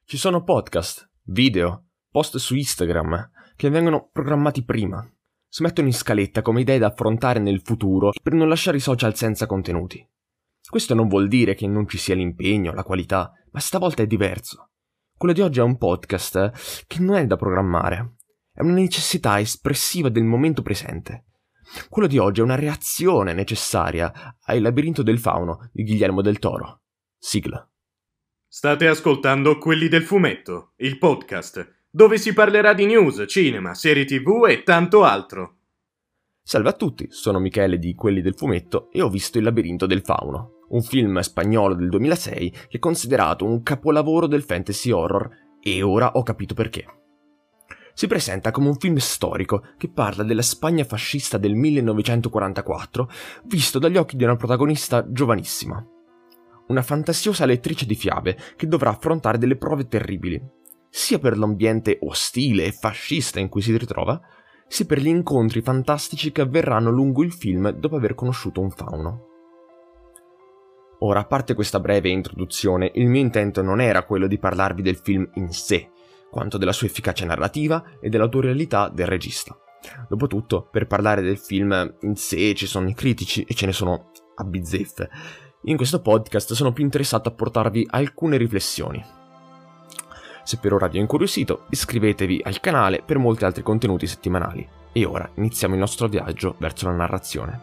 Ci sono podcast, video, post su Instagram che vengono programmati prima. Si mettono in scaletta come idee da affrontare nel futuro per non lasciare i social senza contenuti. Questo non vuol dire che non ci sia l'impegno, la qualità, ma stavolta è diverso. Quello di oggi è un podcast che non è da programmare, è una necessità espressiva del momento presente. Quello di oggi è una reazione necessaria al Labirinto del Fauno di Guillermo del Toro. Sigla. State ascoltando Quelli del Fumetto, il podcast, dove si parlerà di news, cinema, serie TV e tanto altro. Salve a tutti, sono Michele di Quelli del Fumetto e ho visto Il Labirinto del Fauno, un film spagnolo del 2006 che è considerato un capolavoro del fantasy horror e ora ho capito perché. Si presenta come un film storico che parla della Spagna fascista del 1944 visto dagli occhi di una protagonista giovanissima. Una fantasiosa lettrice di fiabe che dovrà affrontare delle prove terribili, sia per l'ambiente ostile e fascista in cui si ritrova, sia per gli incontri fantastici che avverranno lungo il film dopo aver conosciuto un fauno. Ora, a parte questa breve introduzione, il mio intento non era quello di parlarvi del film in sé, quanto della sua efficacia narrativa e dell'autorialità del regista. Dopotutto, per parlare del film in sé ci sono i critici e ce ne sono a bizzeffe. In questo podcast sono più interessato a portarvi alcune riflessioni. Se per ora vi ho incuriosito, iscrivetevi al canale per molti altri contenuti settimanali. E ora iniziamo il nostro viaggio verso la narrazione.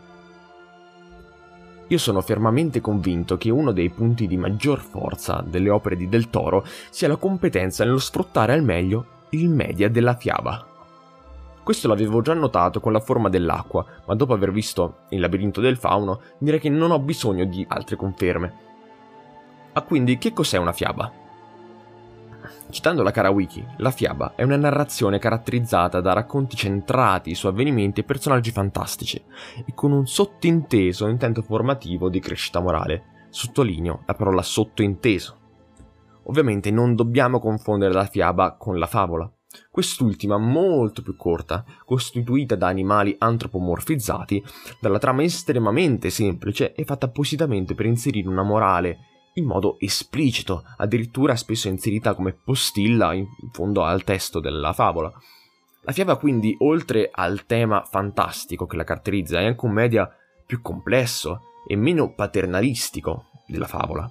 Io sono fermamente convinto che uno dei punti di maggior forza delle opere di Del Toro sia la competenza nello sfruttare al meglio il media della fiaba. Questo l'avevo già notato con La forma dell'acqua, ma dopo aver visto Il Labirinto del Fauno direi che non ho bisogno di altre conferme. Quindi che cos'è una fiaba? Citando la cara wiki, la fiaba è una narrazione caratterizzata da racconti centrati su avvenimenti e personaggi fantastici e con un sottinteso intento formativo di crescita morale. Sottolineo la parola sottointeso. Ovviamente non dobbiamo confondere la fiaba con la favola. Quest'ultima, molto più corta, costituita da animali antropomorfizzati, dalla trama estremamente semplice e fatta appositamente per inserire una morale in modo esplicito, addirittura spesso inserita come postilla in fondo al testo della favola. La fiaba quindi, oltre al tema fantastico che la caratterizza, è anche un media più complesso e meno paternalistico della favola.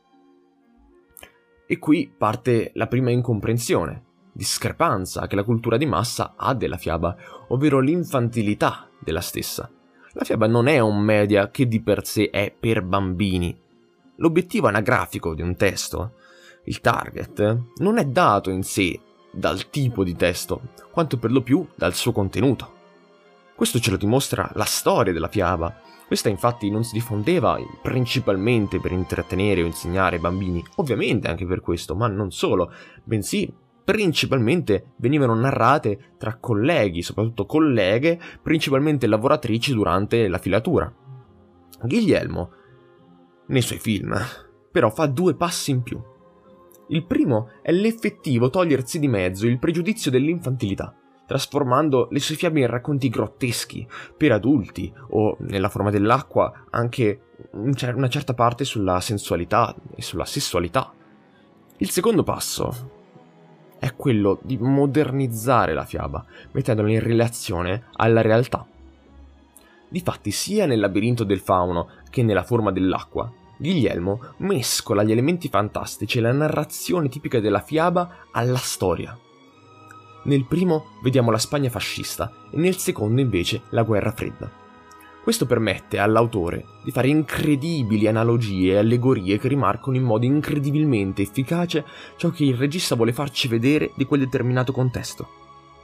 E qui parte la prima incomprensione, discrepanza che la cultura di massa ha della fiaba, ovvero l'infantilità della stessa. La fiaba non è un media che di per sé è per bambini. L'obiettivo anagrafico di un testo, il target, non è dato in sé dal tipo di testo, quanto per lo più dal suo contenuto. Questo ce lo dimostra la storia della fiaba. Questa infatti non si diffondeva principalmente per intrattenere o insegnare ai bambini, ovviamente anche per questo, ma non solo, bensì principalmente venivano narrate tra colleghi, soprattutto colleghe, principalmente lavoratrici durante la filatura. Guillermo, nei suoi film, però fa due passi in più. Il primo è l'effettivo togliersi di mezzo il pregiudizio dell'infantilità, trasformando le sue fiabe in racconti grotteschi, per adulti, o, nella forma dell'acqua, anche una certa parte sulla sensualità e sulla sessualità. Il secondo passo è quello di modernizzare la fiaba, mettendola in relazione alla realtà. Difatti, sia nel Labirinto del Fauno che nella Forma dell'acqua, Guillermo mescola gli elementi fantastici e la narrazione tipica della fiaba alla storia. Nel primo vediamo la Spagna fascista e nel secondo invece la guerra fredda. Questo permette all'autore di fare incredibili analogie e allegorie che rimarcano in modo incredibilmente efficace ciò che il regista vuole farci vedere di quel determinato contesto.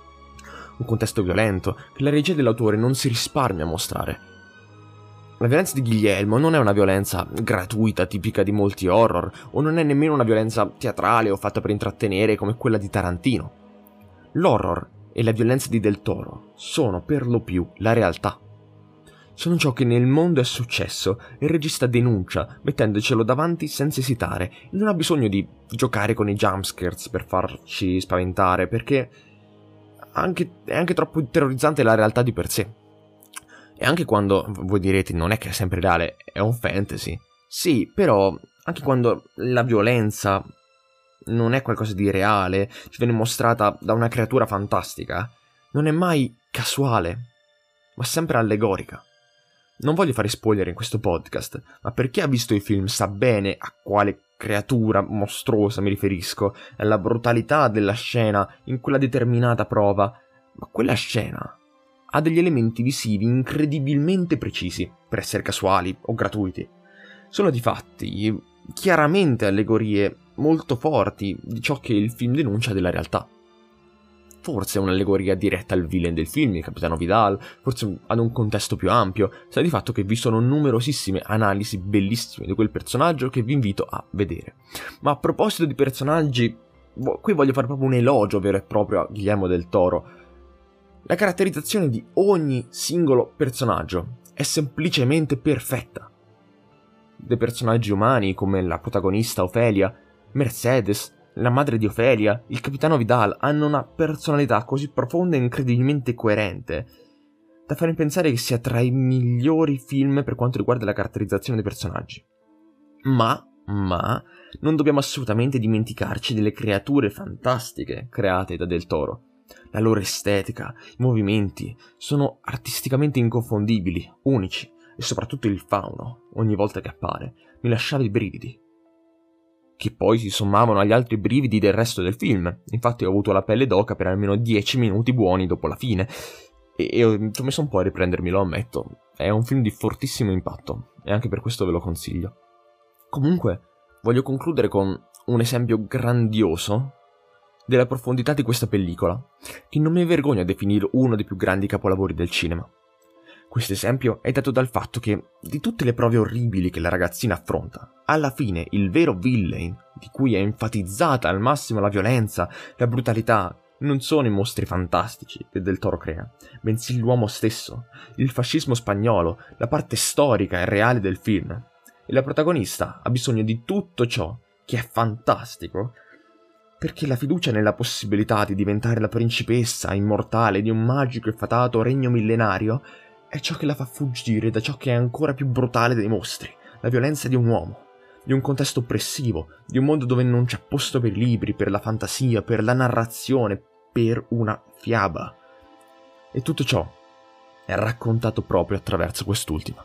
Un contesto violento che la regia dell'autore non si risparmia a mostrare. La violenza di Guillermo non è una violenza gratuita tipica di molti horror, o non è nemmeno una violenza teatrale o fatta per intrattenere come quella di Tarantino. L'horror e la violenza di Del Toro sono per lo più la realtà. Sono ciò che nel mondo è successo e il regista denuncia, mettendocelo davanti senza esitare, e non ha bisogno di giocare con i jumpscares per farci spaventare, perché è anche troppo terrorizzante la realtà di per sé. E anche quando, voi direte, non è che è sempre reale, è un fantasy. Sì, però anche quando la violenza non è qualcosa di reale, ci viene mostrata da una creatura fantastica, non è mai casuale, ma sempre allegorica. Non voglio fare spoiler in questo podcast, ma per chi ha visto i film sa bene a quale creatura mostruosa mi riferisco, e alla brutalità della scena in quella determinata prova, ma quella scena ha degli elementi visivi incredibilmente precisi, per essere casuali o gratuiti. Sono di fatti chiaramente allegorie molto forti di ciò che il film denuncia della realtà. Forse è un'allegoria diretta al villain del film, il Capitano Vidal, forse ad un contesto più ampio, sta di fatto che vi sono numerosissime analisi bellissime di quel personaggio che vi invito a vedere. Ma a proposito di personaggi, qui voglio fare proprio un elogio vero e proprio a Guillermo del Toro. La caratterizzazione di ogni singolo personaggio è semplicemente perfetta. Dei personaggi umani come la protagonista Ofelia, Mercedes, la madre di Ofelia, il capitano Vidal hanno una personalità così profonda e incredibilmente coerente da fare pensare che sia tra i migliori film per quanto riguarda la caratterizzazione dei personaggi. Ma non dobbiamo assolutamente dimenticarci delle creature fantastiche create da Del Toro. La loro estetica, i movimenti sono artisticamente inconfondibili, unici, e soprattutto il fauno, ogni volta che appare, mi lasciava i brividi, che poi si sommavano agli altri brividi del resto del film. Infatti ho avuto la pelle d'oca per almeno 10 minuti buoni dopo la fine, e ho messo un po' a riprendermi, lo ammetto. È un film di fortissimo impatto, e anche per questo ve lo consiglio. Comunque, voglio concludere con un esempio grandioso della profondità di questa pellicola, che non mi vergogno a definire uno dei più grandi capolavori del cinema. Questo esempio è dato dal fatto che, di tutte le prove orribili che la ragazzina affronta, alla fine il vero villain, di cui è enfatizzata al massimo la violenza, la brutalità, non sono i mostri fantastici che Del Toro crea, bensì l'uomo stesso, il fascismo spagnolo, la parte storica e reale del film. E la protagonista ha bisogno di tutto ciò che è fantastico, perché la fiducia nella possibilità di diventare la principessa immortale di un magico e fatato regno millenario è ciò che la fa fuggire da ciò che è ancora più brutale dei mostri, la violenza di un uomo, di un contesto oppressivo, di un mondo dove non c'è posto per i libri, per la fantasia, per la narrazione, per una fiaba. E tutto ciò è raccontato proprio attraverso quest'ultima.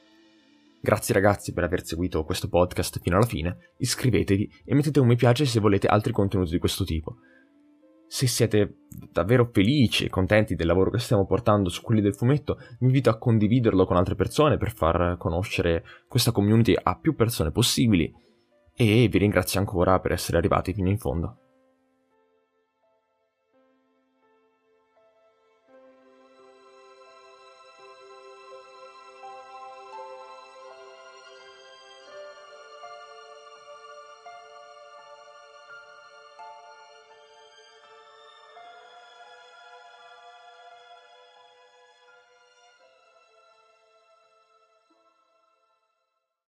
Grazie ragazzi per aver seguito questo podcast fino alla fine, iscrivetevi e mettete un mi piace se volete altri contenuti di questo tipo. Se siete davvero felici e contenti del lavoro che stiamo portando su quelli del fumetto, vi invito a condividerlo con altre persone per far conoscere questa community a più persone possibili, e vi ringrazio ancora per essere arrivati fino in fondo.